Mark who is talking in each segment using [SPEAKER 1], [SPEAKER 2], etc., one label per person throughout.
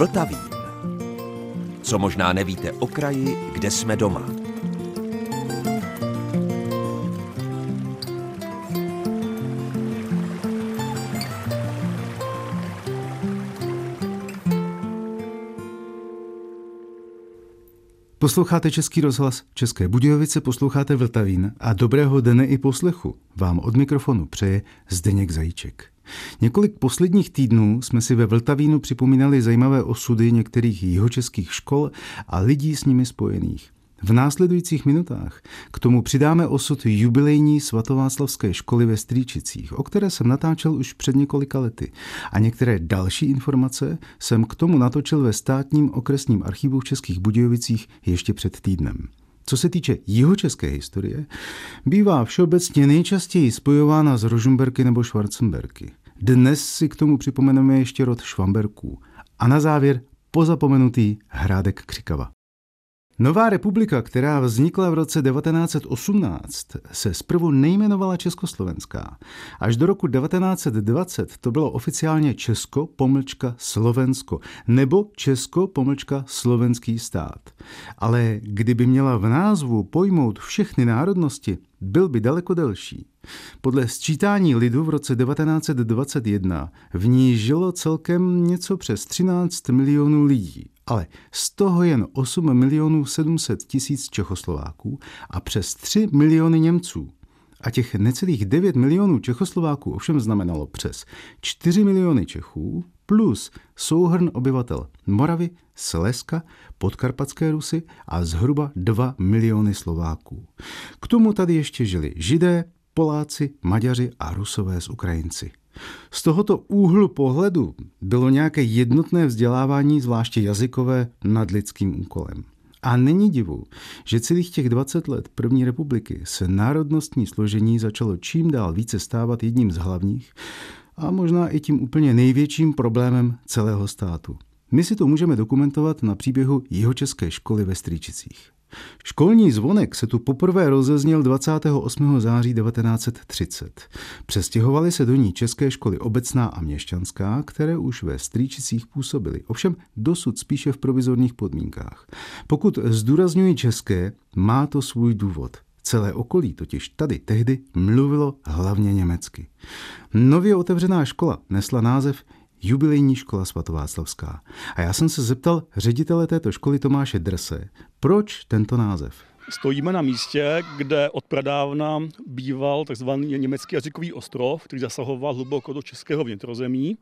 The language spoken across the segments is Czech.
[SPEAKER 1] Vltavín. Co možná nevíte o kraji, kde jsme doma.
[SPEAKER 2] Posloucháte Český rozhlas České Budějovice, posloucháte Vltavín a dobrého dne i poslechu vám od mikrofonu přeje Zdeněk Zajíček. Několik posledních týdnů jsme si ve Vltavínu připomínali zajímavé osudy některých jihočeských škol a lidí s nimi spojených. V následujících minutách k tomu přidáme osud jubilejní svatováclavské školy ve Strýčicích, o které jsem natáčel už před několika lety. A některé další informace jsem k tomu natočil ve státním okresním archivu v Českých Budějovicích ještě před týdnem. Co se týče jihočeské historie, bývá všeobecně nejčastěji spojována s Rožmberky nebo Schwarzenberky. Dnes si k tomu připomeneme ještě rod Švamberků. A na závěr pozapomenutý Hrádek Křikava. Nová republika, která vznikla v roce 1918, se zprvu nejmenovala Československá. Až do roku 1920 to bylo oficiálně Česko-Slovensko nebo Česko-Slovenský stát. Ale kdyby měla v názvu pojmout všechny národnosti, byl by daleko delší. Podle sčítání lidu v roce 1921 v ní žilo celkem něco přes 13 milionů lidí, ale z toho jen 8 700 000 Čechoslováků a přes 3 miliony Němců. A těch necelých 9 milionů Čechoslováků ovšem znamenalo přes 4 miliony Čechů plus souhrn obyvatel Moravy, Slezska, Podkarpatské Rusy a zhruba 2 miliony Slováků. K tomu tady ještě žili Židé, Poláci, Maďaři a Rusové s Ukrajinci. Z tohoto úhlu pohledu bylo nějaké jednotné vzdělávání, zvláště jazykové, nadlidským úkolem. A není divu, že celých těch 20 let první republiky se národnostní složení začalo čím dál více stávat jedním z hlavních a možná i tím úplně největším problémem celého státu. My si to můžeme dokumentovat na příběhu jihočeské školy ve Strýčicích. Školní zvonek se tu poprvé rozezněl 28. září 1930. Přestěhovaly se do ní české školy obecná a měšťanská, které už ve Strýčicích působily, ovšem dosud spíše v provizorních podmínkách. Pokud zdůrazňuji české, má to svůj důvod. Celé okolí totiž tady tehdy mluvilo hlavně německy. Nově otevřená škola nesla název Jubilejní škola svatováclavská. A já jsem se zeptal ředitele této školy Tomáše Drse, proč tento název?
[SPEAKER 3] Stojíme na místě, kde od pradávna býval tzv. Německý jazykový ostrov, který zasahoval hluboko do českého vnitrozemí.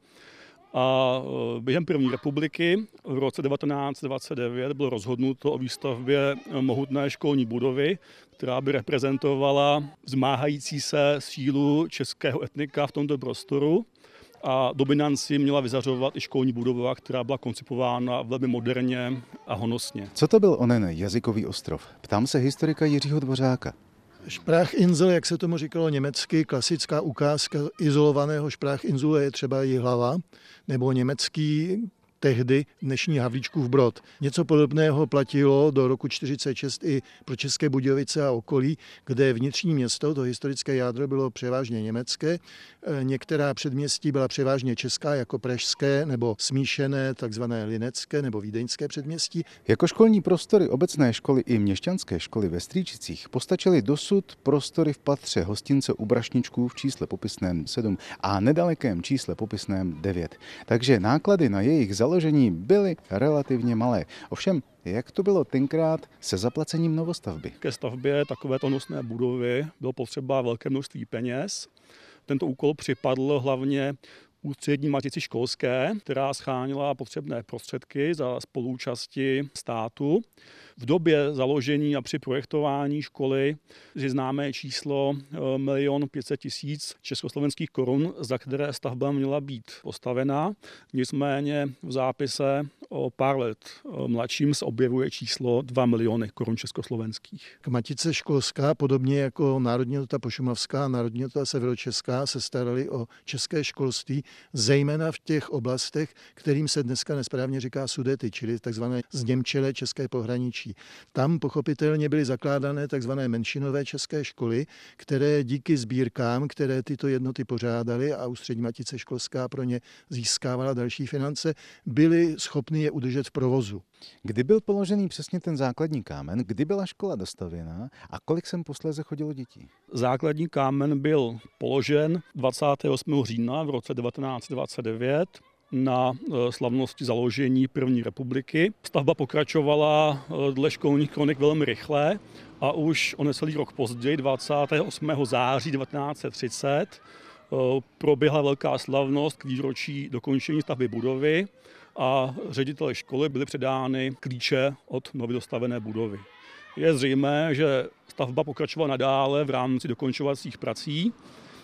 [SPEAKER 3] A během první republiky v roce 1929 bylo rozhodnuto o výstavbě mohutné školní budovy, která by reprezentovala vzmáhající se sílu českého etnika v tomto prostoru. A dominanci měla vyzařovat i školní budova, která byla koncipována velmi moderně a honosně.
[SPEAKER 2] Co to byl onen jazykový ostrov? Ptám se historika Jiřího Dvořáka.
[SPEAKER 4] Sprachinsel, jak se tomu říkalo německy, klasická ukázka izolovaného Sprachinselu je třeba Jihlava, nebo německý tehdy dnešní Havlíčkův Brod. Něco podobného platilo do roku 1946 i pro České Budějovice a okolí, kde vnitřní město, to historické jádro, bylo převážně německé. Některá předměstí byla převážně česká, jako pražské nebo smíšené, takzvané linecké nebo vídeňské předměstí.
[SPEAKER 2] Jako školní prostory obecné školy i měšťanské školy ve Strýčicích postačily dosud prostory v patře hostince u Brašničků v čísle popisném 7 a nedalekém čísle popisném 9. Takže náklady na jejich založení byly relativně malé. Ovšem, jak to bylo tenkrát se zaplacením novostavby?
[SPEAKER 3] Ke stavbě takovéto nosné budovy bylo potřeba velké množství peněz. Tento úkol připadl hlavně Ústřední matici školské, která schánila potřebné prostředky za spolúčasti státu. V době založení a při projektování školy je známé číslo 1 500 000 československých korun, za které stavba měla být postavena. Nicméně v zápise o pár let mladším se objevuje číslo 2 miliony korun československých.
[SPEAKER 4] Matice školská, podobně jako Národní jednota pošumovská a Národní jednota severočeská, se starali o české školství, zejména v těch oblastech, kterým se dneska nesprávně říká Sudety, čili takzvané zněmčelé české pohraničí. soužití. Tam pochopitelně byly zakládané takzvané menšinové české školy, které díky sbírkám, které tyto jednoty pořádaly a Ústřední matice školská pro ně získávala další finance, byly schopny je udržet v provozu.
[SPEAKER 2] Kdy byl položený přesně ten základní kámen, kdy byla škola dostavěná a kolik sem posléze chodilo dětí?
[SPEAKER 3] Základní kámen byl položen 28. října v roce 1929 na slavnosti založení první republiky. Stavba pokračovala dle školních kronik velmi rychle a už o necelý rok později, 28. září 1930, proběhla velká slavnost k výročí dokončení stavby budovy a řediteli školy byly předány klíče od nově dostavené budovy. Je zřejmé, že stavba pokračovala nadále v rámci dokončovacích prací,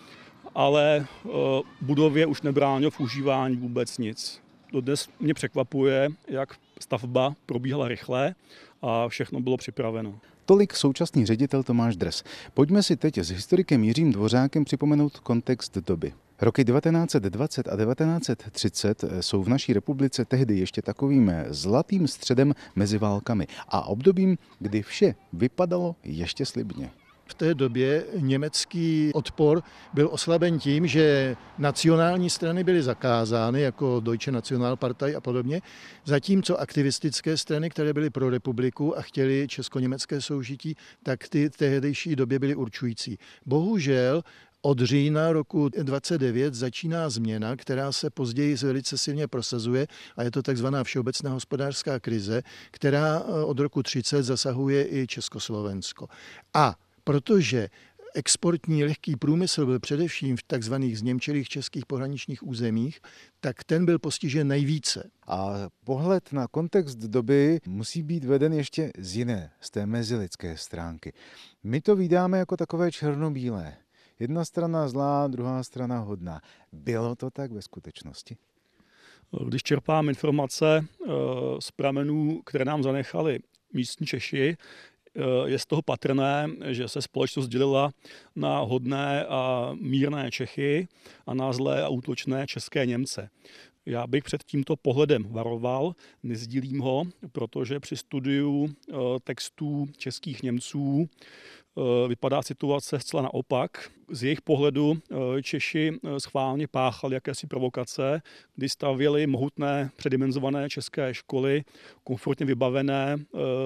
[SPEAKER 3] ale budově už nebránilo v užívání vůbec nic. Dodnes mě překvapuje, jak stavba probíhala rychle a všechno bylo připraveno.
[SPEAKER 2] Tolik současný ředitel Tomáš Dres. Pojďme si teď s historikem Jiřím Dvořákem připomenout kontext doby. Roky 1920 a 1930 jsou v naší republice tehdy ještě takovým zlatým středem mezi válkami a obdobím, kdy vše vypadalo ještě slibně.
[SPEAKER 4] V té době německý odpor byl oslaben tím, že nacionální strany byly zakázány, jako Deutsche Nationalpartei a podobně, zatímco aktivistické strany, které byly pro republiku a chtěly česko-německé soužití, tak ty v tehdejší době byly určující. Bohužel od října roku 29 začíná změna, která se později velice silně prosazuje a je to takzvaná všeobecná hospodářská krize, která od roku 30 zasahuje i Československo. A protože exportní lehký průmysl byl především v takzvaných zněmčelých českých pohraničních územích, tak ten byl postižen nejvíce.
[SPEAKER 2] A pohled na kontext doby musí být veden ještě z jiné, z té mezilidské stránky. My to vídáme jako takové černobílé. Jedna strana zlá, druhá strana hodná. Bylo to tak ve skutečnosti?
[SPEAKER 3] Když čerpám informace z pramenů, které nám zanechali místní Češi, je z toho patrné, že se společnost dělila na hodné a mírné Čechy a na zlé a útočné české Němce. Já bych před tímto pohledem varoval, nezdílím ho, protože při studiu textů českých Němců vypadá situace zcela naopak. Z jejich pohledu Češi schválně páchali jakési provokace, kdy stavěli mohutné předimenzované české školy, komfortně vybavené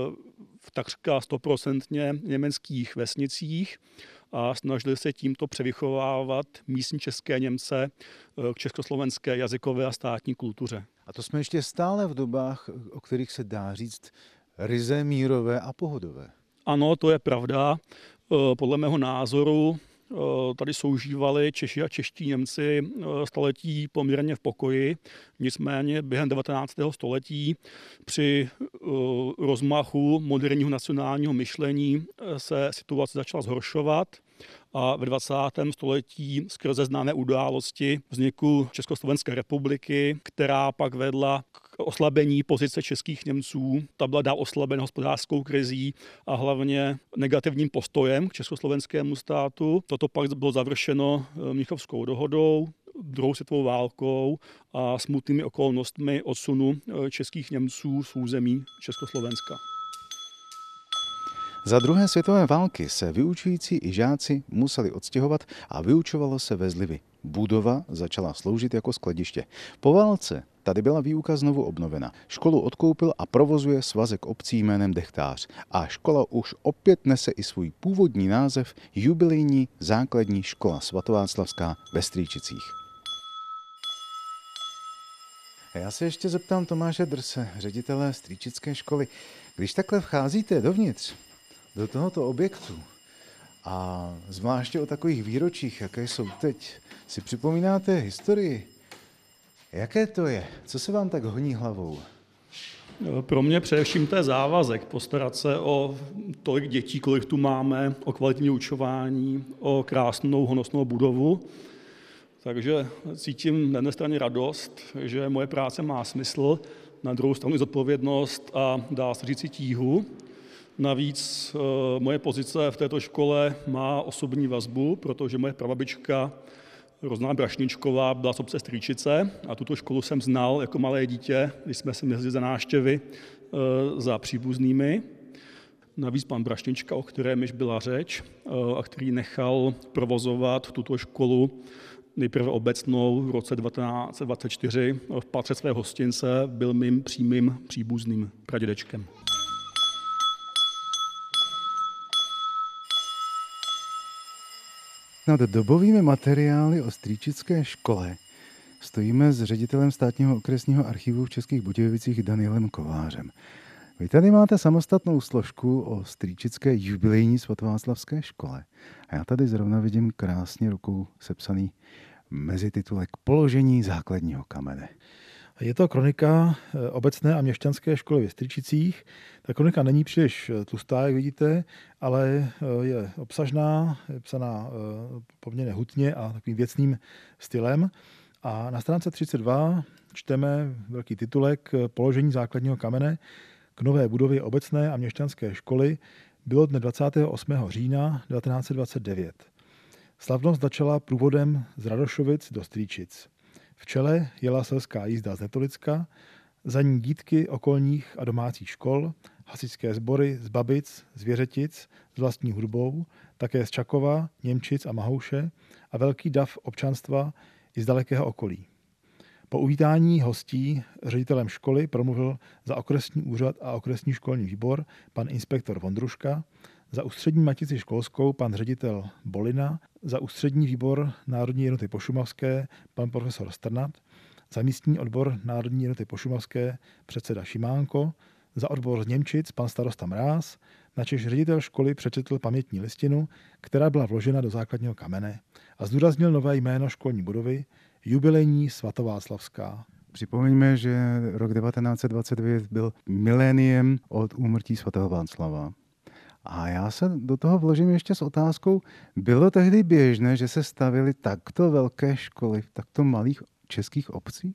[SPEAKER 3] v takřka 100% německých vesnicích a snažili se tímto převychovávat místní české Němce k československé jazykové a státní kultuře.
[SPEAKER 2] A to jsme ještě stále v dobách, o kterých se dá říct ryze mírové a pohodové.
[SPEAKER 3] Ano, to je pravda. Podle mého názoru tady soužívali Češi a čeští Němci staletí poměrně v pokoji. Nicméně během 19. století při rozmachu moderního nacionálního myšlení se situace začala zhoršovat a ve 20. století skrze známé události vzniku Československé republiky, která pak vedla k oslabení pozice českých Němců. Ta byla dál oslabena hospodářskou krizí a hlavně negativním postojem k československému státu. Toto pak bylo završeno Mnichovskou dohodou, druhou světovou válkou a smutnými okolnostmi odsunu českých Němců z území Československa.
[SPEAKER 2] Za druhé světové války se vyučující i žáci museli odstěhovat a vyučovalo se ve Zlivi. Budova začala sloužit jako skladiště. Po válce tady byla výuka znovu obnovena. Školu odkoupil a provozuje svazek obcí jménem Dechtář. A škola už opět nese i svůj původní název Jubilejní základní škola svatováclavská ve Strýčicích. Já se ještě zeptám Tomáše Drse, ředitele Strýčické školy. Když takhle vcházíte dovnitř, do tohoto objektu a zvláště o takových výročích, jaké jsou teď, si připomínáte historii? Jaké to je? Co se vám tak honí hlavou?
[SPEAKER 3] Pro mě především to je závazek postarat se o tolik dětí, kolik tu máme, o kvalitní vyučování, o krásnou honosnou budovu. Takže cítím na jedné straně radost, že moje práce má smysl, na druhou stranu zodpovědnost a dá se říct tíhu. Navíc moje pozice v této škole má osobní vazbu, protože moje prababička Rozná Brašničková byla z obce Strýčice a tuto školu jsem znal jako malé dítě, když jsme se jezdili za návštěvy za příbuznými. Navíc pan Brašnička, o kterém již byla řeč a který nechal provozovat tuto školu nejprve obecnou v roce 1924 v patře své hostince, byl mým přímým příbuzným pradědečkem.
[SPEAKER 2] Nad dobovými materiály o Stříčické škole stojíme s ředitelem Státního okresního archivu v Českých Budějovicích Danielem Kovářem. Vy tady máte samostatnou složku o Stříčické jubilejní svatováclavské škole. A já tady zrovna vidím krásně rukou sepsaný mezititulek Položení základního kamene.
[SPEAKER 5] Je to kronika obecné a měšťanské školy ve Stříčicích. Ta kronika není příliš tlustá, jak vidíte, ale je obsažná, je psaná poměrně hutně a takovým věcným stylem. A na stránce 32 čteme velký titulek Položení základního kamene k nové budově obecné a měšťanské školy bylo dne 28. října 1929. Slavnost začala průvodem z Radošovic do Stříčic. V čele jela selská jízda z Netolicka, za ní dítky okolních a domácích škol, hasičské sbory z Babic, z Věřetic, s vlastní hudbou, také z Čakova, Němčic a Mahouše a velký dav občanstva i z dalekého okolí. Po uvítání hostí ředitelem školy promluvil za okresní úřad a okresní školní výbor pan inspektor Vondruška, za ústřední matici školskou pan ředitel Bolina, za ústřední výbor Národní jednoty pošumavské pan profesor Strnad, za místní odbor Národní jednoty pošumavské předseda Šimánko, za odbor z Němčic pan starosta Mráz, načež ředitel školy přečetl pamětní listinu, která byla vložena do základního kamene a zdůraznil nové jméno školní budovy jubilejní svatováclavská.
[SPEAKER 2] Připomeňme, že rok 1929 byl miléniem od úmrtí svatého Václava. A já se do toho vložím ještě s otázkou, bylo tehdy běžné, že se stavěly takto velké školy v takto malých českých obcích?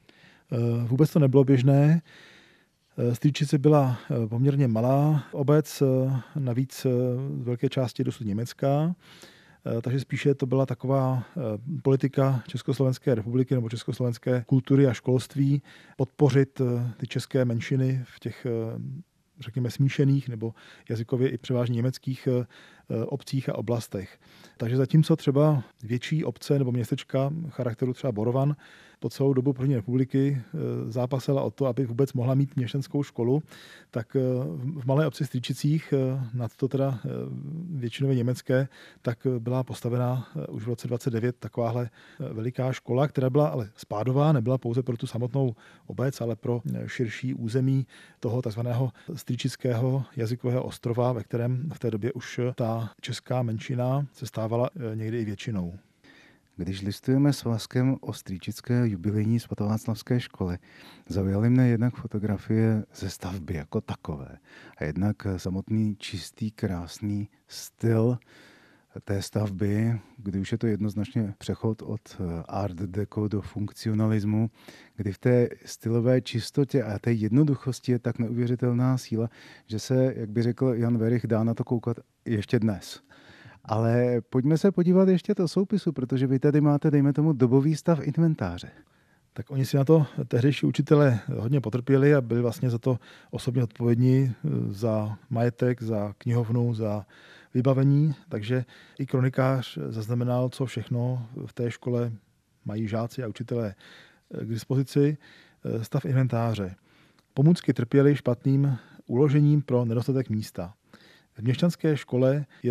[SPEAKER 5] Vůbec to nebylo běžné. Stříčice byla poměrně malá obec, navíc z velké části dosud německá, takže spíše to byla taková politika Československé republiky nebo československé kultury a školství podpořit ty české menšiny v těch řekněme smíšených nebo jazykově i převážně německých obcích a oblastech. Takže zatímco třeba větší obce nebo městečka charakteru třeba Borovan po celou dobu první republiky zápasila o to, aby vůbec mohla mít měšťanskou školu, tak v malé obci Stříčicích, nad to teda většinově německé, tak byla postavena už v roce 29 takováhle veliká škola, která byla ale spádová, nebyla pouze pro tu samotnou obec, ale pro širší území toho takzvaného Stříčického jazykového ostrova, ve kterém v té době už ta česká menšina se stávala někdy i většinou.
[SPEAKER 2] Když listujeme svazkem o Stříčické jubilejní svatováclavské škole, zaujaly mne jednak fotografie ze stavby jako takové a jednak samotný čistý, krásný styl té stavby, kdy už je to jednoznačně přechod od art deco do funkcionalismu, kdy v té stylové čistotě a té jednoduchosti je tak neuvěřitelná síla, že se, jak by řekl Jan Werich, dá na to koukat ještě dnes. Ale pojďme se podívat ještě do soupisu, protože vy tady máte, dejme tomu, dobový stav inventáře.
[SPEAKER 5] Tak oni si na to tehdejší učitelé hodně potrpěli a byli vlastně za to osobně odpovědní, za majetek, za knihovnu, za vybavení, takže i kronikář zaznamenal, co všechno v té škole mají žáci a učitelé k dispozici. Stav inventáře. Pomůcky trpěly špatným uložením pro nedostatek místa. V měšťanské škole je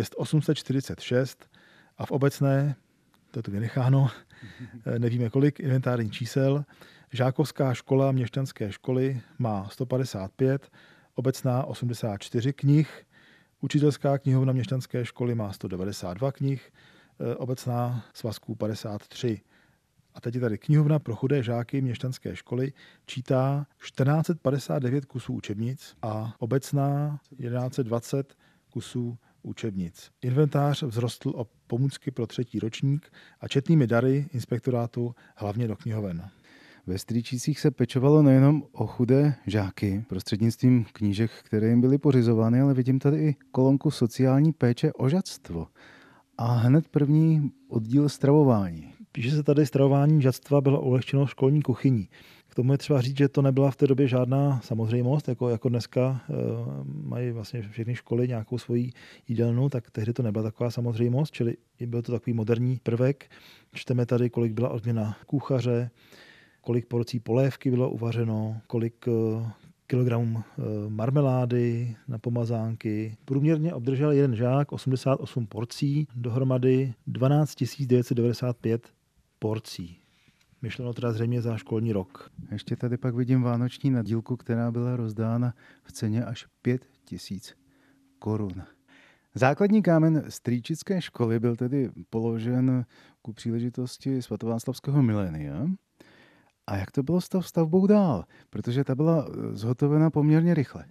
[SPEAKER 5] 846 a v obecné, to je tu vynecháno, nevíme kolik, inventárních čísel. Žákovská škola měšťanské školy má 155, obecná 84 knih, učitelská knihovna měšťanské školy má 192 knih, obecná svazků 53. A teď je tady knihovna pro chudé žáky měšťanské školy, čítá 1459 kusů učebnic a obecná 1120 kusů učebnic. Inventář vzrostl o pomůcky pro 3. ročník a četnými dary inspektorátu hlavně do knihoven.
[SPEAKER 2] Ve Stříčicích se pečovalo nejenom o chudé žáky prostřednictvím knížek, které jim byly pořizovány, ale vidím tady i kolonku sociální péče o žadstvo. A hned první oddíl stravování.
[SPEAKER 5] Píše se tady, stravování žadstva bylo ulehčeno školní kuchyní, K tomu je třeba říct, že to nebyla v té době žádná samozřejmost, jako dneska mají vlastně všechny školy nějakou svoji jídelnu, tak tehdy to nebyla taková samozřejmost, čili byl to takový moderní prvek. Čteme tady, kolik byla odměna kuchaře, kolik porcí polévky bylo uvařeno, kolik kilogramů marmelády na pomazánky. Průměrně obdržel jeden žák 88 porcí, dohromady 12 995 porcí. Myšleno teda zřejmě za školní rok.
[SPEAKER 2] Ještě tady pak vidím vánoční nadílku, která byla rozdána v ceně až 5 000 korun. Základní kámen Strýčické školy byl tedy položen ku příležitosti svatováclavského milénia. A jak to bylo s tou stavbou dál? Protože ta byla zhotovena poměrně rychle.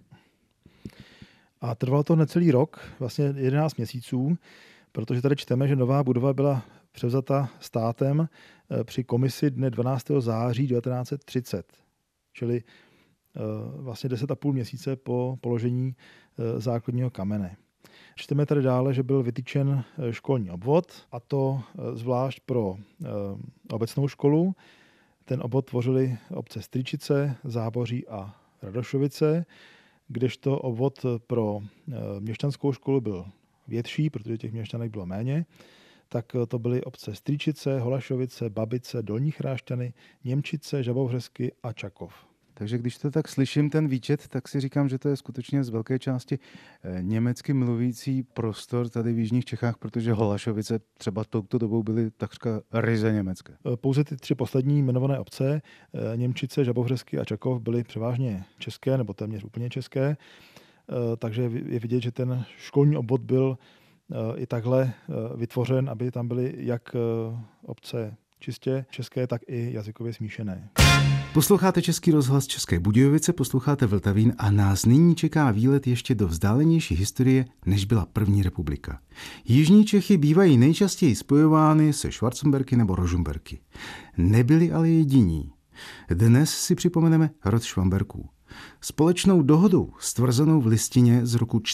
[SPEAKER 5] A trvalo to necelý rok, vlastně 11 měsíců, protože tady čteme, že nová budova byla převzata státem při komisi dne 12. září 1930, čili vlastně 10,5 měsíce po položení základního kamene. Čteme tady dále, že byl vytyčen školní obvod, a to zvlášť pro obecnou školu. Ten obvod tvořily obce Strýčice, Záboří a Radošovice, kdežto obvod pro měšťanskou školu byl větší, protože těch měšťanek bylo méně. Tak to byly obce Strýčice, Holašovice, Babice, Dolní Chrášťany, Němčice, Žabovřesky a Čakov.
[SPEAKER 2] Takže když to tak slyším, ten výčet, tak si říkám, že to je skutečně z velké části německy mluvící prostor tady v jižních Čechách, protože Holašovice třeba touto dobou byly takřka ryze německé.
[SPEAKER 5] Pouze ty 3 poslední jmenované obce, Němčice, Žabovřesky a Čakov, byly převážně české nebo téměř úplně české, takže je vidět, že ten školní obvod byl i takhle vytvořen, aby tam byly jak obce čistě české, tak i jazykově smíšené.
[SPEAKER 2] Posloucháte Český rozhlas České Budějovice, posloucháte Vltavín a nás nyní čeká výlet ještě do vzdálenější historie, než byla první republika. Jižní Čechy bývají nejčastěji spojovány se Schwarzenberky nebo Rožmberky. Nebyli ale jediní. Dnes si připomeneme rod Švamberků. Společnou dohodou stvrzenou v listině z roku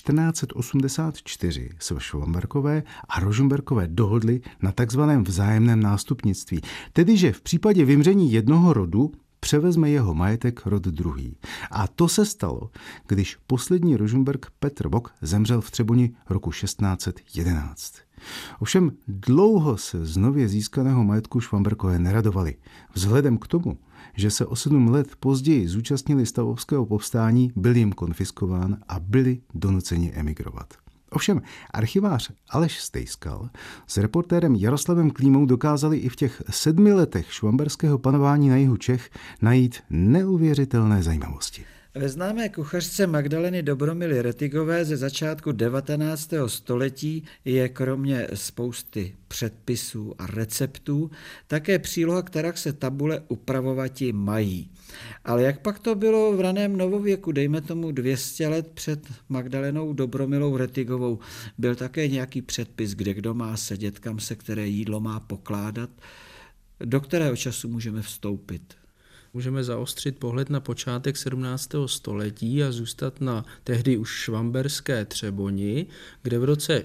[SPEAKER 2] 1484 se Švamberkové a Rožmberkové dohodli na takzvaném vzájemném nástupnictví, tedy že v případě vymření jednoho rodu převezme jeho majetek rod druhý. A to se stalo, když poslední Rožmberk Petr Bok zemřel v Třeboni roku 1611. Ovšem dlouho se z nově získaného majetku Švamberkové neradovali. Vzhledem k tomu, že se o 7 let později zúčastnili stavovského povstání, byl jim konfiskován a byli donuceni emigrovat. Ovšem archivář Aleš Stejskal s reportérem Jaroslavem Klímou dokázali i v těch 7 letech švamberského panování na jihu Čech najít neuvěřitelné zajímavosti.
[SPEAKER 6] Ve známé kuchařce Magdaleny Dobromily Rettigové ze začátku 19. století je kromě spousty předpisů a receptů také příloha, která se tabule upravovati mají. Ale jak pak to bylo v raném novověku, dejme tomu 200 let před Magdalenou Dobromilou Rettigovou, byl také nějaký předpis, kde kdo má sedět, kam se které jídlo má pokládat, do kterého času můžeme vstoupit.
[SPEAKER 7] Můžeme zaostřit pohled na počátek 17. století a zůstat na tehdy už švamberské Třeboni, kde v roce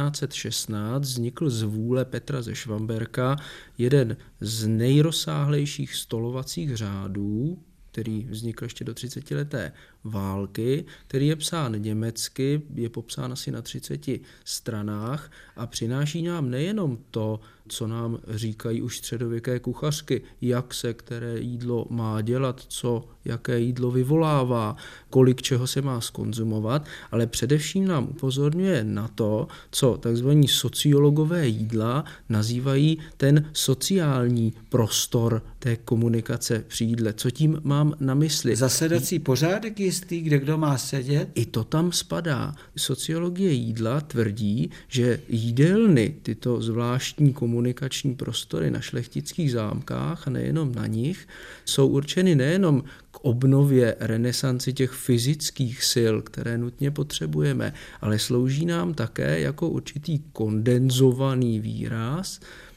[SPEAKER 7] 1616 vznikl z vůle Petra ze Švamberka jeden z nejrozsáhlejších stolovacích řádů, který vznikl ještě do 30leté války, který je psán německy, je popsán asi na 30 stranách a přináší nám nejenom to, co nám říkají už středověké kuchařky, jak se které jídlo má dělat, co jaké jídlo vyvolává, kolik čeho se má zkonzumovat, ale především nám upozorňuje na to, co takzvaní sociologové jídla nazývají ten sociální prostor té komunikace při jídle. Co tím mám na mysli?
[SPEAKER 6] Zasedací pořádek jistý, kde kdo má sedět?
[SPEAKER 7] I to tam spadá. Sociologie jídla tvrdí, že jídelny, tyto zvláštní komunikační prostory na šlechtických zámkách a nejenom na nich, jsou určeny nejenom k obnově renesanci těch fyzických sil, které nutně potřebujeme, ale slouží nám také jako určitý kondenzovaný výraz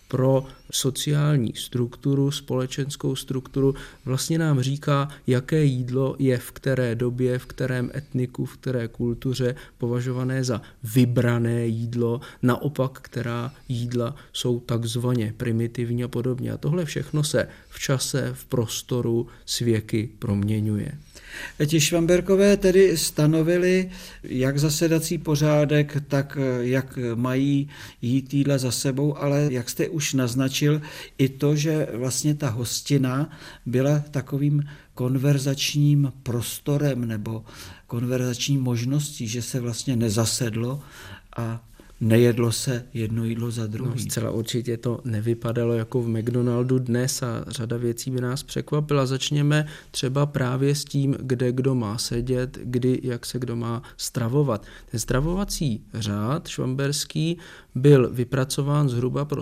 [SPEAKER 7] pro sociální strukturu, společenskou strukturu, vlastně nám říká, jaké jídlo je v které době, v kterém etniku, v které kultuře považované za vybrané jídlo, naopak, která jídla jsou takzvaně primitivní a podobně. A tohle všechno se v čase, v prostoru s věky proměňuje.
[SPEAKER 6] Ti Švamberkové tedy stanovili jak zasedací pořádek, tak jak mají jít jídla za sebou, ale jak jste už naznačil, i to, že vlastně ta hostina byla takovým konverzačním prostorem nebo konverzační možností, že se vlastně nezasedlo a nejedlo se jedno jídlo za druhým.
[SPEAKER 7] No, zcela určitě to nevypadalo jako v McDonaldu dnes a řada věcí by nás překvapila. Začněme třeba právě s tím, kde kdo má sedět, kdy, jak se kdo má stravovat. Ten stravovací řád švamberský byl vypracován zhruba pro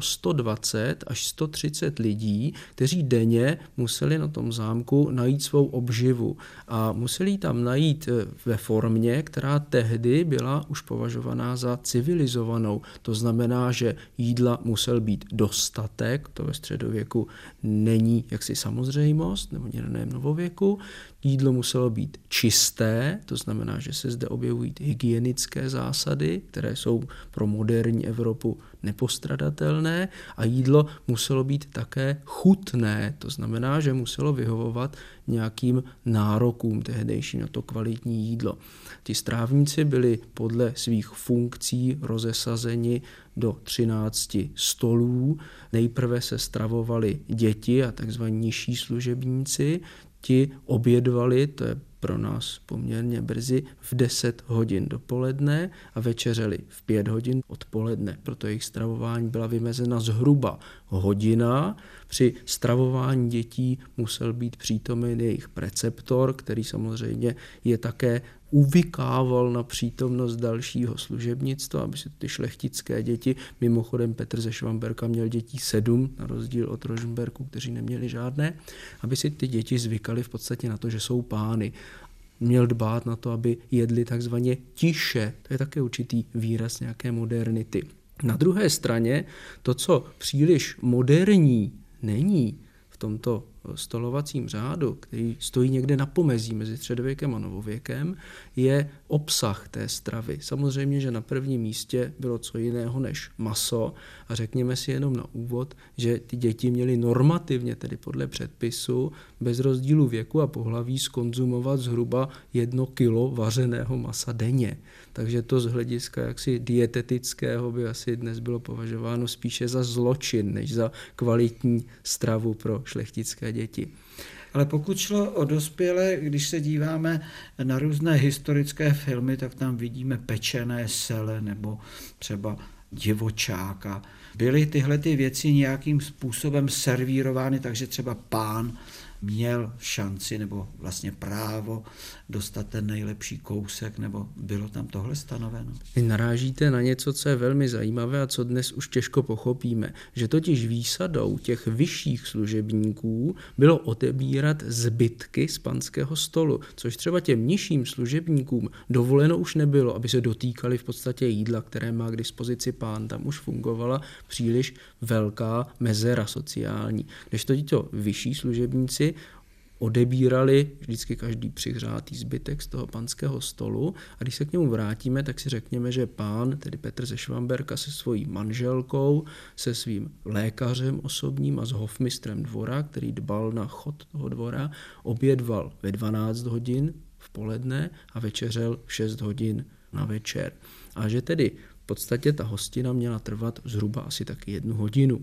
[SPEAKER 7] 120 až 130 lidí, kteří denně museli na tom zámku najít svou obživu a museli ji tam najít ve formě, která tehdy byla už považovaná za civilizovanou. To znamená, že jídla musel být dostatek, to ve středověku není jaksi samozřejmost, nebo někde v novověku. Jídlo muselo být čisté, to znamená, že se zde objevují hygienické zásady, které jsou pro moderní Evropu nepostradatelné, a jídlo muselo být také chutné, to znamená, že muselo vyhovovat nějakým nárokům tehdejším na to kvalitní jídlo. Ti strávníci byli podle svých funkcí rozesazeni do 13 stolů. Nejprve se stravovali děti a tzv. Nižší služebníci. Ti obědvali, to je pro nás poměrně brzy, v 10 hodin dopoledne a večeřeli v 5 hodin odpoledne. Proto jejich stravování byla vymezena zhruba hodina. Při stravování dětí musel být přítomen jejich preceptor, který samozřejmě je také uvykával na přítomnost dalšího služebnictva, aby si ty šlechtické děti, mimochodem Petr ze Švamberka měl dětí 7, na rozdíl od Rožmberků, kteří neměli žádné, aby si ty děti zvykali v podstatě na to, že jsou pány. Měl dbát na to, aby jedli takzvaně tiše, to je také určitý výraz nějaké modernity. Na druhé straně to, co příliš moderní není v tomto stolovacím řádu, který stojí někde na pomezí mezi středověkem a novověkem, je obsah té stravy. Samozřejmě, že na prvním místě bylo co jiného než maso a řekněme si jenom na úvod, že ty děti měly normativně, tedy podle předpisu, bez rozdílu věku a pohlaví skonzumovat zhruba 1 kilo vařeného masa denně. Takže to z hlediska jaksi dietetického by asi dnes bylo považováno spíše za zločin, než za kvalitní stravu pro šlechtické děti.
[SPEAKER 6] Ale pokud šlo o dospělé, když se díváme na různé historické filmy, tak tam vidíme pečené sele nebo třeba divočáka. Byly tyhle ty věci nějakým způsobem servírovány, takže třeba pán měl šanci nebo vlastně právo dostat ten nejlepší kousek, nebo bylo tam tohle stanoveno?
[SPEAKER 7] Vy narážíte na něco, co je velmi zajímavé a co dnes už těžko pochopíme, že totiž výsadou těch vyšších služebníků bylo odebírat zbytky z panského stolu, což třeba těm nižším služebníkům dovoleno už nebylo, aby se dotýkali v podstatě jídla, které má k dispozici pán. Tam už fungovala příliš velká mezera sociální. Kdežto tito vyšší služebníci odebírali vždycky každý přihřátý zbytek z toho panského stolu a když se k němu vrátíme, tak si řekněme, že pán, tedy Petr ze Švamberka se svojí manželkou, se svým lékařem osobním a s hofmistrem dvora, který dbal na chod toho dvora, obědval ve 12 hodin v poledne a večeřel v 6 hodin na večer. A že tedy v podstatě ta hostina měla trvat zhruba asi taky 1 hodinu.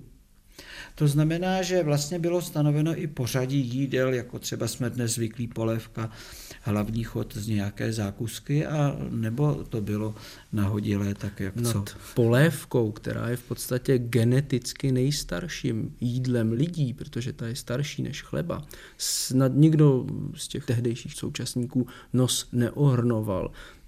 [SPEAKER 6] To znamená, že vlastně bylo stanoveno i pořadí jídel, jako třeba jsme dnes zvyklí polévka, hlavní chod z nějaké zákusky, a nebo to bylo nahodilé tak, jak co?
[SPEAKER 7] Nad polévkou, která je v podstatě geneticky nejstarším jídlem lidí, protože ta je starší než chleba, snad nikdo z těch tehdejších současníků nos neohrnoval.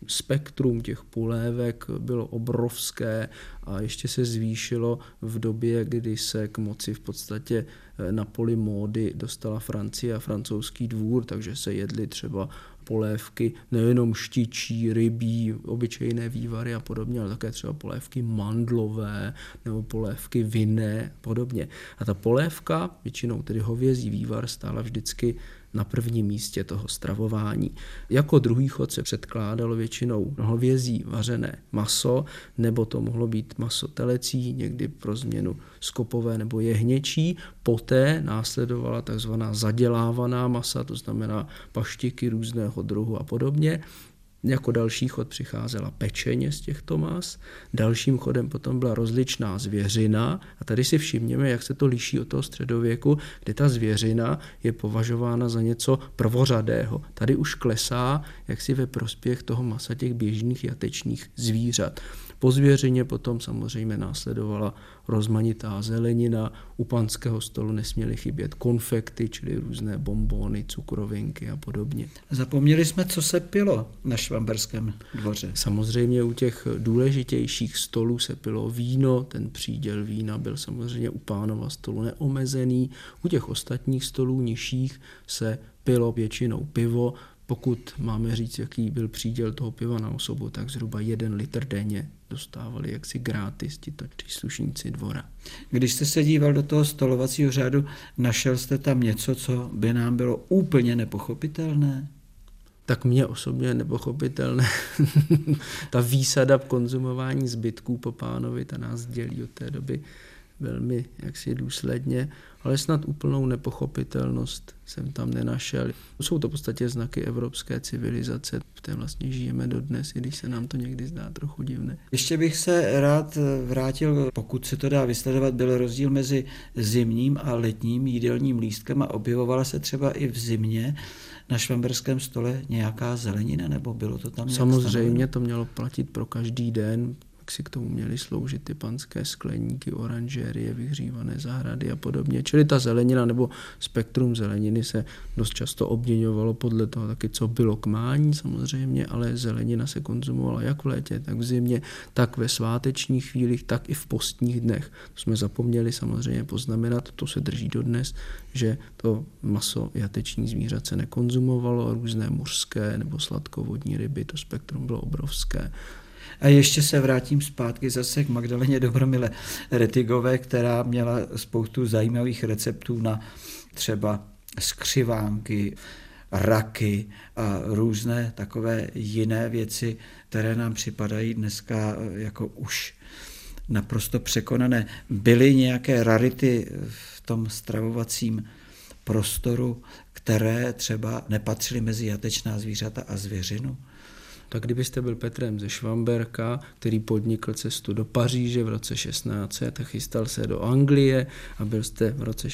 [SPEAKER 7] Spektrum těch polévek bylo obrovské a ještě se zvýšilo v době, kdy se k moci v podstatě na poli módy dostala Francie a francouzský dvůr, takže se jedly třeba polévky nejenom štičí, rybí, obyčejné vývary a podobně, ale také třeba polévky mandlové nebo polévky vinné a podobně. A ta polévka, většinou tedy hovězí vývar, stála vždycky na prvním místě toho stravování. Jako druhý chod se předkládalo většinou hovězí vařené maso, nebo to mohlo být maso telecí, někdy pro změnu skopové nebo jehněčí. Poté následovala takzvaná zadělávaná masa, to znamená paštiky různého druhu a podobně. Jako další chod přicházela pečeně z těchto mas, dalším chodem potom byla rozličná zvěřina a tady si všimněme, jak se to liší od toho středověku, kde ta zvěřina je považována za něco prvořadého. Tady už klesá jaksi ve prospěch toho masa těch běžných jatečných zvířat. Po zvěřině potom samozřejmě následovala rozmanitá zelenina, u panského stolu nesměly chybět konfekty, čili různé bonbony, cukrovinky a podobně.
[SPEAKER 6] Zapomněli jsme, co se pilo na Švamberském dvoře.
[SPEAKER 7] Samozřejmě u těch důležitějších stolů se pilo víno, ten příděl vína byl samozřejmě u pánova stolu neomezený, u těch ostatních stolů nižších se pilo většinou pivo. Pokud máme říct, jaký byl příděl toho piva na osobu, tak zhruba 1 litr denně dostávali jaksi gratis tito příslušníci dvora.
[SPEAKER 6] Když jste se díval do toho stolovacího řádu, našel jste tam něco, co by nám bylo úplně nepochopitelné?
[SPEAKER 7] Tak mně osobně je nepochopitelné. Ta výsada konzumování zbytků po pánovi, ta nás dělí od té doby velmi jaksi důsledně, ale snad úplnou nepochopitelnost jsem tam nenašel. Jsou to v podstatě znaky evropské civilizace, v té vlastně žijeme dodnes, i když se nám to někdy zdá trochu divné.
[SPEAKER 6] Ještě bych se rád vrátil, pokud se to dá vysledovat, byl rozdíl mezi zimním a letním jídelním lístkem a objevovala se třeba i v zimě na švamberském stole nějaká zelenina, nebo bylo to tam nějak
[SPEAKER 7] Samozřejmě
[SPEAKER 6] stanoveno?
[SPEAKER 7] to mělo platit pro každý den, jak si k tomu měly sloužit ty panské skleníky, oranžérie, vyhřívané zahrady a podobně. Čili ta zelenina nebo spektrum zeleniny se dost často obměňovalo podle toho taky, co bylo k mání samozřejmě, ale zelenina se konzumovala jak v létě, tak v zimě, tak ve svátečních chvílích, tak i v postních dnech. To jsme zapomněli samozřejmě poznamenat, to se drží dodnes, že to maso jatečních zvířat se nekonzumovalo, různé mořské nebo sladkovodní ryby, to spektrum bylo obrovské.
[SPEAKER 6] A ještě se vrátím zpátky zase k Magdaleně Dobromile Rettigové, která měla spoustu zajímavých receptů na třeba skřivánky, raky a různé takové jiné věci, které nám připadají dneska jako už naprosto překonané. Byly nějaké rarity v tom stravovacím prostoru, které třeba nepatřily mezi jatečná zvířata a zvěřinu?
[SPEAKER 7] Tak kdybyste byl Petrem ze Švamberka, který podnikl cestu do Paříže v roce 1600 a chystal se do Anglie a byl jste v roce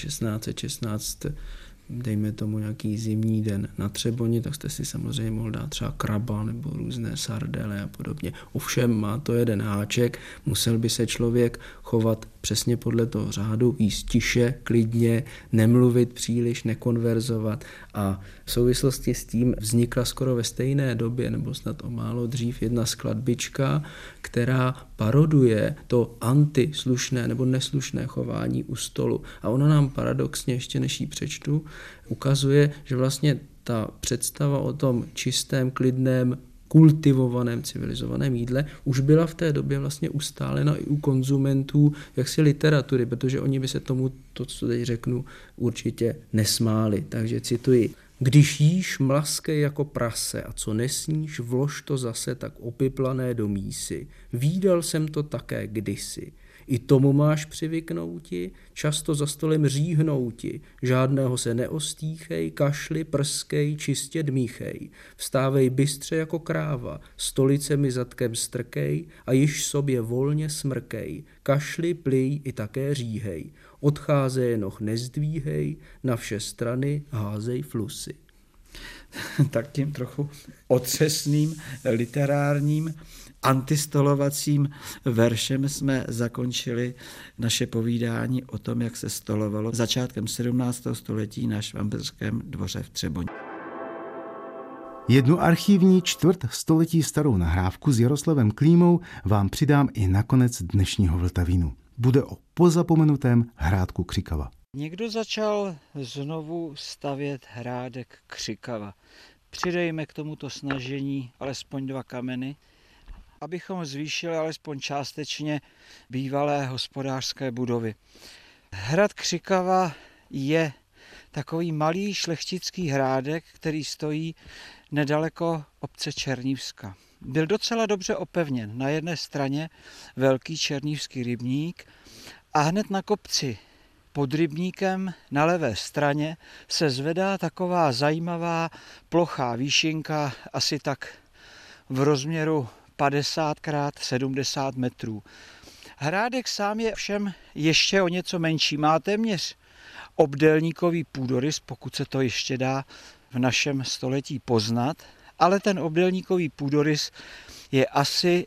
[SPEAKER 7] 1616, dejme tomu nějaký zimní den na Třeboni, tak jste si samozřejmě mohl dát třeba kraba nebo různé sardele a podobně. Ovšem má to jeden háček, musel by se člověk chovat přesně podle toho řádu, jíst tiše, klidně, nemluvit příliš, nekonverzovat a v souvislosti s tím vznikla skoro ve stejné době, nebo snad o málo dřív, jedna skladbička, která paroduje to antislušné nebo neslušné chování u stolu. A ona nám paradoxně, ještě než ji přečtu, ukazuje, že vlastně ta představa o tom čistém, klidném, kultivovaném, civilizovaném jídle už byla v té době vlastně ustálena i u konzumentů jaksi literatury, protože oni by se tomu, to, co teď řeknu, určitě nesmáli. Takže cituji. Když jíš mlaskej jako prase a co nesníš, vlož to zase tak opiplané do mísy. Vídal jsem to také kdysi. I tomu máš přivyknouti, často za stolem říhnouti, žádného se neostýchej, kašli, prskej, čistě dmíchej. Vstávej bystře jako kráva, stolicemi zadkem strkej a již sobě volně smrkej. Kašli, plij i také říhej. Odcházej noh nezdvíhej, na vše strany házej flusy.
[SPEAKER 6] Tak tím trochu otřesným, literárním, antistolovacím veršem jsme zakončili naše povídání o tom, jak se stolovalo začátkem 17. století na Švamberském dvoře v Třeboni.
[SPEAKER 2] Jednu archivní čtvrtstoletí starou nahrávku s Jaroslavem Klímou vám přidám i na konec dnešního Vltavínu. Bude o pozapomenutém hrádku Křikava.
[SPEAKER 8] Někdo začal znovu stavět hrádek Křikava. Přidejme k tomuto snažení alespoň 2 kameny, abychom zvýšili alespoň částečně bývalé hospodářské budovy. Hrad Křikava je takový malý šlechtický hrádek, který stojí nedaleko obce Černívska. Byl docela dobře opevněn. Na jedné straně velký černívský rybník a hned na kopci pod rybníkem na levé straně se zvedá taková zajímavá plochá výšinka, asi tak v rozměru 50x70 metrů. Hrádek sám je všem ještě o něco menší. Má téměř obdélníkový půdorys, pokud se to ještě dá v našem století poznat, ale ten obdélníkový půdorys je asi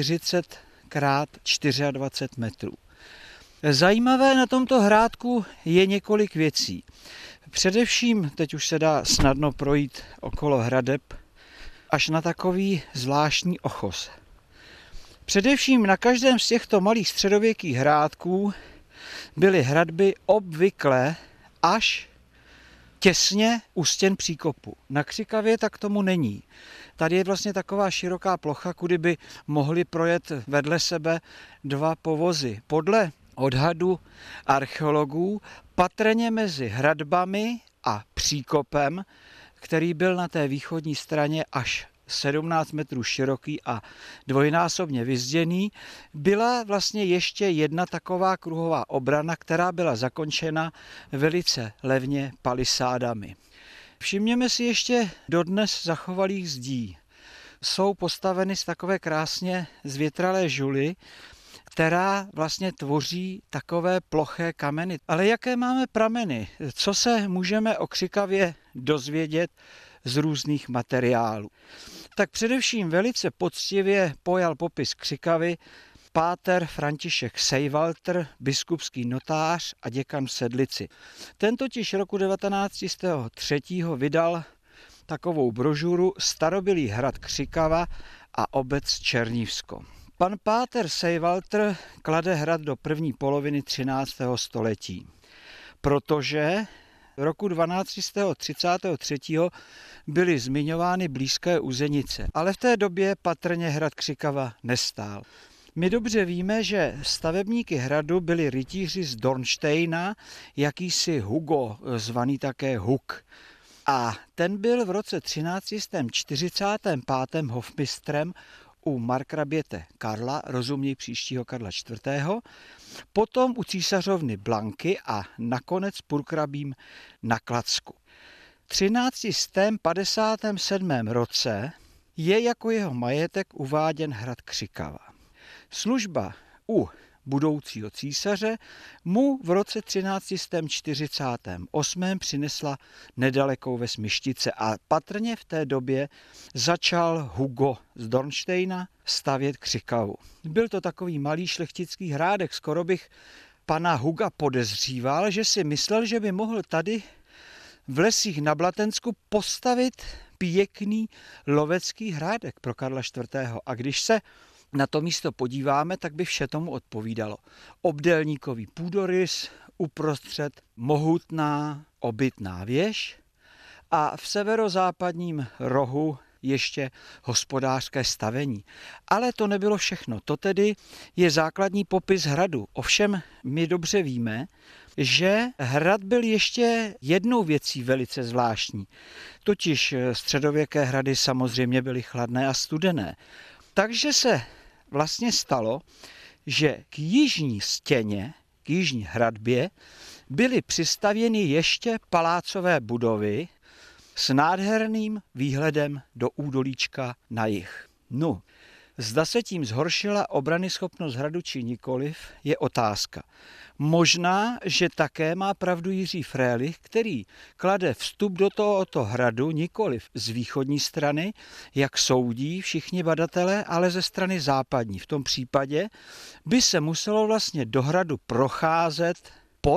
[SPEAKER 8] 40x24 metrů. Zajímavé na tomto hrádku je několik věcí. Především, teď už se dá snadno projít okolo hradeb, až na takový zvláštní ochos. Především na každém z těchto malých středověkých hrádků byly hradby obvykle až těsně u stěn příkopu. Na Křikavě tak tomu není. Tady je vlastně taková široká plocha, kudy by mohly projet vedle sebe 2 povozy. Podle odhadu archeologů patrně mezi hradbami a příkopem, který byl na té východní straně až 17 metrů široký a dvojnásobně vyzděný, byla vlastně ještě jedna taková kruhová obrana, která byla zakončena velice levně palisádami. Všimněme si ještě dodnes zachovalých zdí. Jsou postaveny z takové krásně zvětralé žuly, která vlastně tvoří takové ploché kameny. Ale jaké máme prameny? Co se můžeme o Křikavě dozvědět z různých materiálů? Tak především velice poctivě pojal popis Křikavy páter František Sejvaltr, biskupský notář a děkan v Sedlici. Ten totiž roku 1903 vydal takovou brožuru Starobylý hrad Křikava a obec Černívsko. Pan páter Sejvaltr klade hrad do první poloviny 13. století, protože roku 1233 byly zmiňovány blízké Uzenice, ale v té době patrně hrad Křikava nestál. My dobře víme, že stavebníky hradu byli rytíři z Dornštejna, jakýsi Hugo, zvaný také Huk. A ten byl v roce 1345. hofmistrem u markraběte Karla, rozuměj příštího Karla IV., potom u císařovny Blanky a nakonec purkrabím na Kladsku. V 1357. roce je jako jeho majetek uváděn hrad Křikava. Služba u budoucího císaře mu v roce 1348. přinesla nedalekou ves Myštice a patrně v té době začal Hugo z Dornštejna stavět Křikavu. Byl to takový malý šlechtický hrádek, skoro bych pana Huga podezříval, že si myslel, že by mohl tady v lesích na Blatensku postavit pěkný lovecký hrádek pro Karla IV. A když se na to místo podíváme, tak by vše tomu odpovídalo. Obdélníkový půdorys, uprostřed mohutná obytná věž a v severozápadním rohu ještě hospodářské stavení. Ale to nebylo všechno. To tedy je základní popis hradu. Ovšem my dobře víme, že hrad byl ještě jednou věcí velice zvláštní. Totiž středověké hrady samozřejmě byly chladné a studené. Takže se vlastně stalo, že k jižní stěně, k jižní hradbě byly přistavěny ještě palácové budovy s nádherným výhledem do údolíčka na jih. No, zda se tím zhoršila obranyschopnost hradu či nikoliv, je otázka. Možná, že také má pravdu Jiří Frélich, který klade vstup do tohoto hradu nikoliv z východní strany, jak soudí všichni badatelé, ale ze strany západní. V tom případě by se muselo vlastně do hradu procházet pod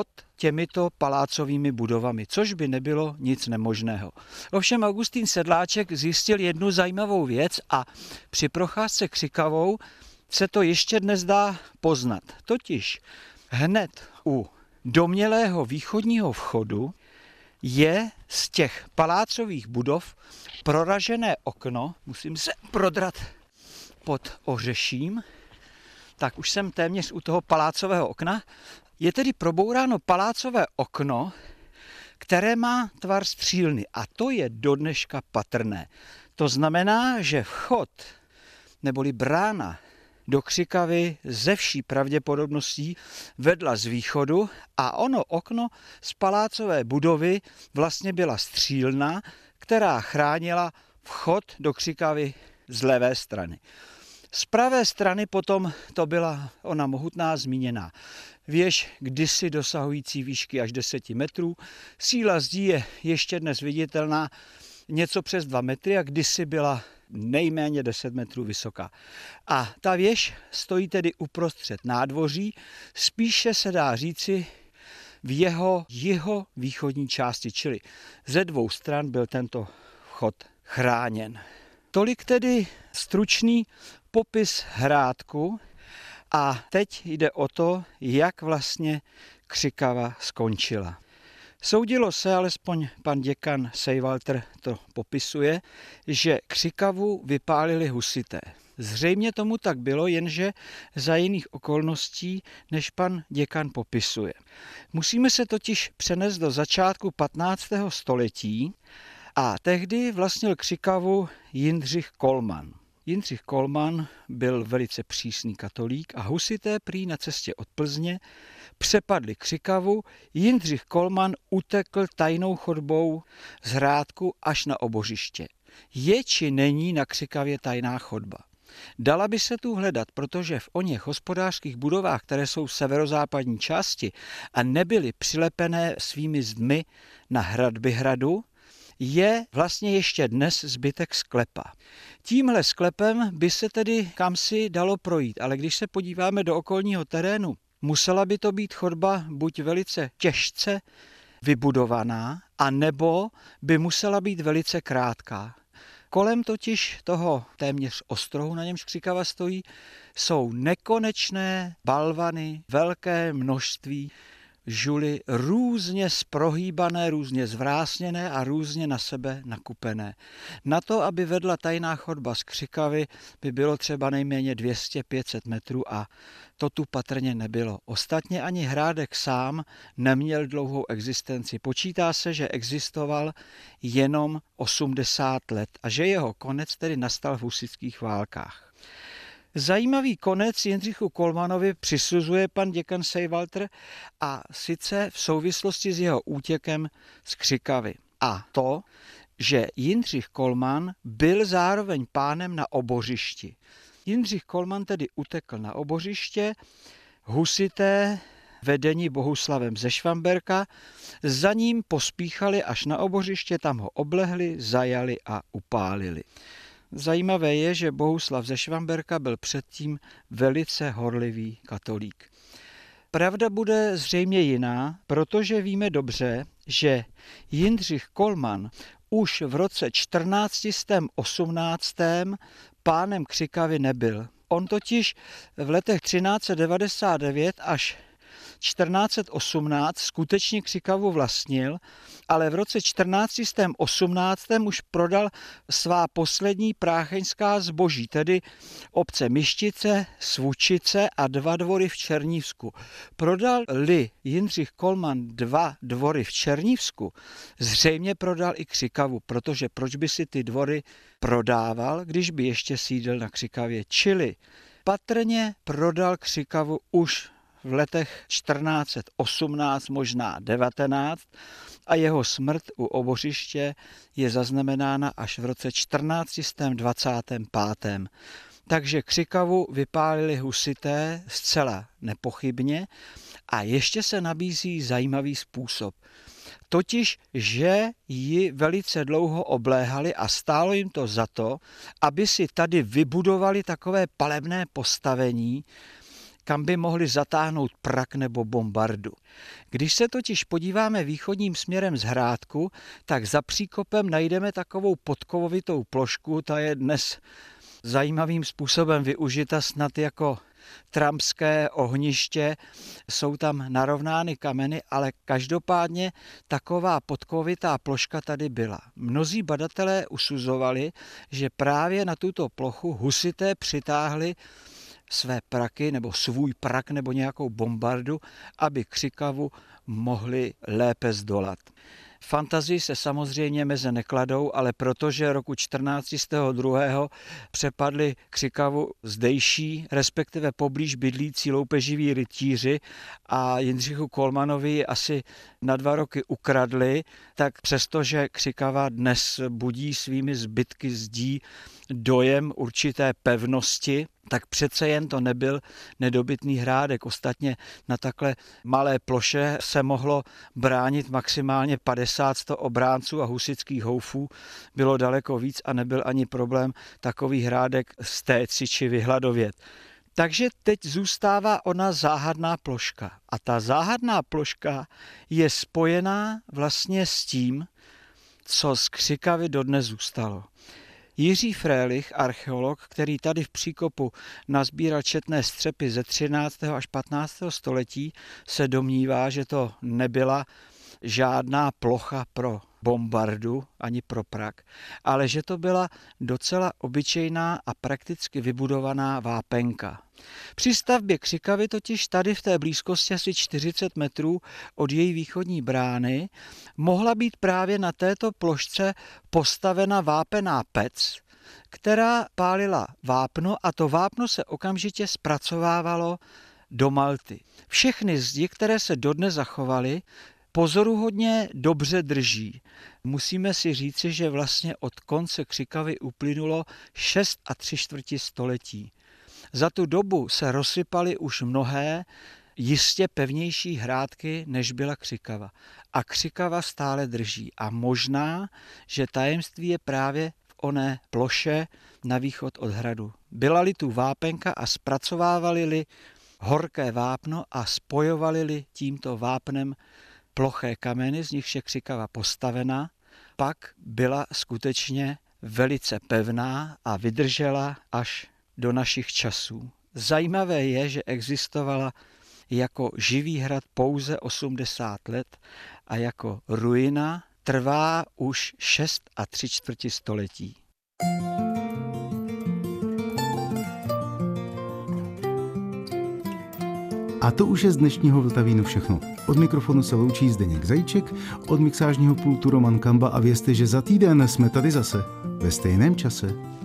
[SPEAKER 8] těmito palácovými budovami, což by nebylo nic nemožného. Ovšem Augustín Sedláček zjistil jednu zajímavou věc a při procházce Křikavou se to ještě dnes dá poznat. Totiž hned u domnělého východního vchodu je z těch palácových budov proražené okno, musím se prodrat pod ořeším, tak už jsem téměř u toho palácového okna. Je tedy probouráno palácové okno, které má tvar střílny a to je do dneška patrné. To znamená, že vchod neboli brána do Křikavy ze vší pravděpodobností vedla z východu a ono okno z palácové budovy vlastně byla střílna, která chránila vchod do Křikavy z levé strany. Z pravé strany potom to byla ona mohutná zmíněná věž, kdysi dosahující výšky až 10 metrů. Síla zdí je ještě dnes viditelná něco přes 2 metry a kdysi byla nejméně 10 metrů vysoká. A ta věž stojí tedy uprostřed nádvoří, spíše se dá říci v jeho jihovýchodní části, čili ze 2 stran byl tento vchod chráněn. Tolik tedy stručný popis hrádku a teď jde o to, jak vlastně Křikava skončila. Soudilo se, alespoň pan děkan Sejvaltr to popisuje, že Křikavu vypálili husité. Zřejmě tomu tak bylo, jenže za jiných okolností, než pan děkan popisuje. Musíme se totiž přenést do začátku 15. století a tehdy vlastnil Křikavu Jindřich Kolman. Jindřich Kolman byl velice přísný katolík a husité prý na cestě od Plzně přepadli Křikavu, Jindřich Kolman utekl tajnou chodbou z hrádku až na obořiště. Je či není na Křikavě tajná chodba? Dala by se tu hledat, protože v oněch hospodářských budovách, které jsou v severozápadní části a nebyly přilepené svými zdmi na hradby hradu, je vlastně ještě dnes zbytek sklepa. Tímhle sklepem by se tedy kamsi dalo projít, ale když se podíváme do okolního terénu, musela by to být chodba buď velice těžce vybudovaná, anebo by musela být velice krátká. Kolem totiž toho téměř ostrohu, na němž Křikava stojí, jsou nekonečné balvany, velké množství žuly, různě zprohýbané, různě zvrásněné a různě na sebe nakupené. Na to, aby vedla tajná chodba z Křikavy, by bylo třeba nejméně 200-500 metrů a to tu patrně nebylo. Ostatně ani hrádek sám neměl dlouhou existenci. Počítá se, že existoval jenom 80 let a že jeho konec tedy nastal v husitských válkách. Zajímavý konec Jindřichu Kolmanovi přisuzuje pan děkan Sejvaltr a sice v souvislosti s jeho útěkem z Křikavy. A to, že Jindřich Kolman byl zároveň pánem na obořišti. Jindřich Kolman tedy utekl na obořiště, husité vedení Bohuslavem ze Švamberka za ním pospíchali až na obořiště, tam ho oblehli, zajali a upálili. Zajímavé je, že Bohuslav ze Švamberka byl předtím velice horlivý katolík. Pravda bude zřejmě jiná, protože víme dobře, že Jindřich Kolman už v roce 1418. pánem Křikavy nebyl. On totiž v letech 1399 až 1418 skutečně Křikavu vlastnil, ale v roce 1418 už prodal svá poslední prácheňská zboží, tedy obce Myštice, Svučice a 2 dvory v Černívsku. Prodal-li Jindřich Kolman 2 dvory v Černívsku, zřejmě prodal i Křikavu, protože proč by si ty dvory prodával, když by ještě sídlil na Křikavě. Čili patrně prodal Křikavu už v letech 1418, možná 19 a jeho smrt u obořiště je zaznamenána až v roce 1425. Takže Křikavu vypálili husité zcela nepochybně a ještě se nabízí zajímavý způsob. Totiž, že ji velice dlouho obléhali a stálo jim to za to, aby si tady vybudovali takové palebné postavení, kam by mohli zatáhnout prak nebo bombardu. Když se totiž podíváme východním směrem z Hrádku, tak za příkopem najdeme takovou podkovovitou plošku, ta je dnes zajímavým způsobem využita snad jako trampské ohniště, jsou tam narovnány kameny, ale každopádně taková podkovitá ploška tady byla. Mnozí badatelé usuzovali, že právě na tuto plochu husité přitáhli své praky nebo svůj prak nebo nějakou bombardu, aby Křikavu mohli lépe zdolat. Fantazii se samozřejmě meze nekladou, ale protože roku 1402. přepadli Křikavu zdejší, respektive poblíž bydlící loupeživí rytíři a Jindřichu Kolmanovi ji asi na 2 roky ukradli, tak přestože Křikava dnes budí svými zbytky zdí dojem určité pevnosti, tak přece jen to nebyl nedobytný hrádek. Ostatně na takhle malé ploše se mohlo bránit maximálně 50-100 obránců a husitských houfů bylo daleko víc a nebyl ani problém takový hrádek stéci či vyhladovět. Takže teď zůstává ona záhadná ploška. A ta záhadná ploška je spojená vlastně s tím, co z Křikavy dodnes zůstalo. Jiří Frélich, archeolog, který tady v příkopu nazbíral četné střepy ze 13. až 15. století, se domnívá, že to nebyla žádná plocha pro bombardu ani pro prak, ale že to byla docela obyčejná a prakticky vybudovaná vápenka. Při stavbě Křikavy totiž tady v té blízkosti asi 40 metrů od její východní brány mohla být právě na této plošce postavena vápená pec, která pálila vápno a to vápno se okamžitě zpracovávalo do malty. Všechny zdi, které se dodnes zachovaly, pozoruhodně dobře drží. Musíme si říci, že vlastně od konce Křikavy uplynulo 6 3/4 století. Za tu dobu se rozsypaly už mnohé jistě pevnější hrádky, než byla Křikava. A Křikava stále drží. A možná, že tajemství je právě v oné ploše na východ od hradu. Byla-li tu vápenka a zpracovávali-li horké vápno a spojovali-li tímto vápnem ploché kameny, z nichž je Křikava postavena, pak byla skutečně velice pevná a vydržela až do našich časů. Zajímavé je, že existovala jako živý hrad pouze 80 let a jako ruina trvá už 6 3/4 století.
[SPEAKER 2] A to už je z dnešního Vltavínu všechno. Od mikrofonu se loučí Zdeněk Zajíček, od mixážního pultu Roman Kamba a vězte, že za týden jsme tady zase ve stejném čase.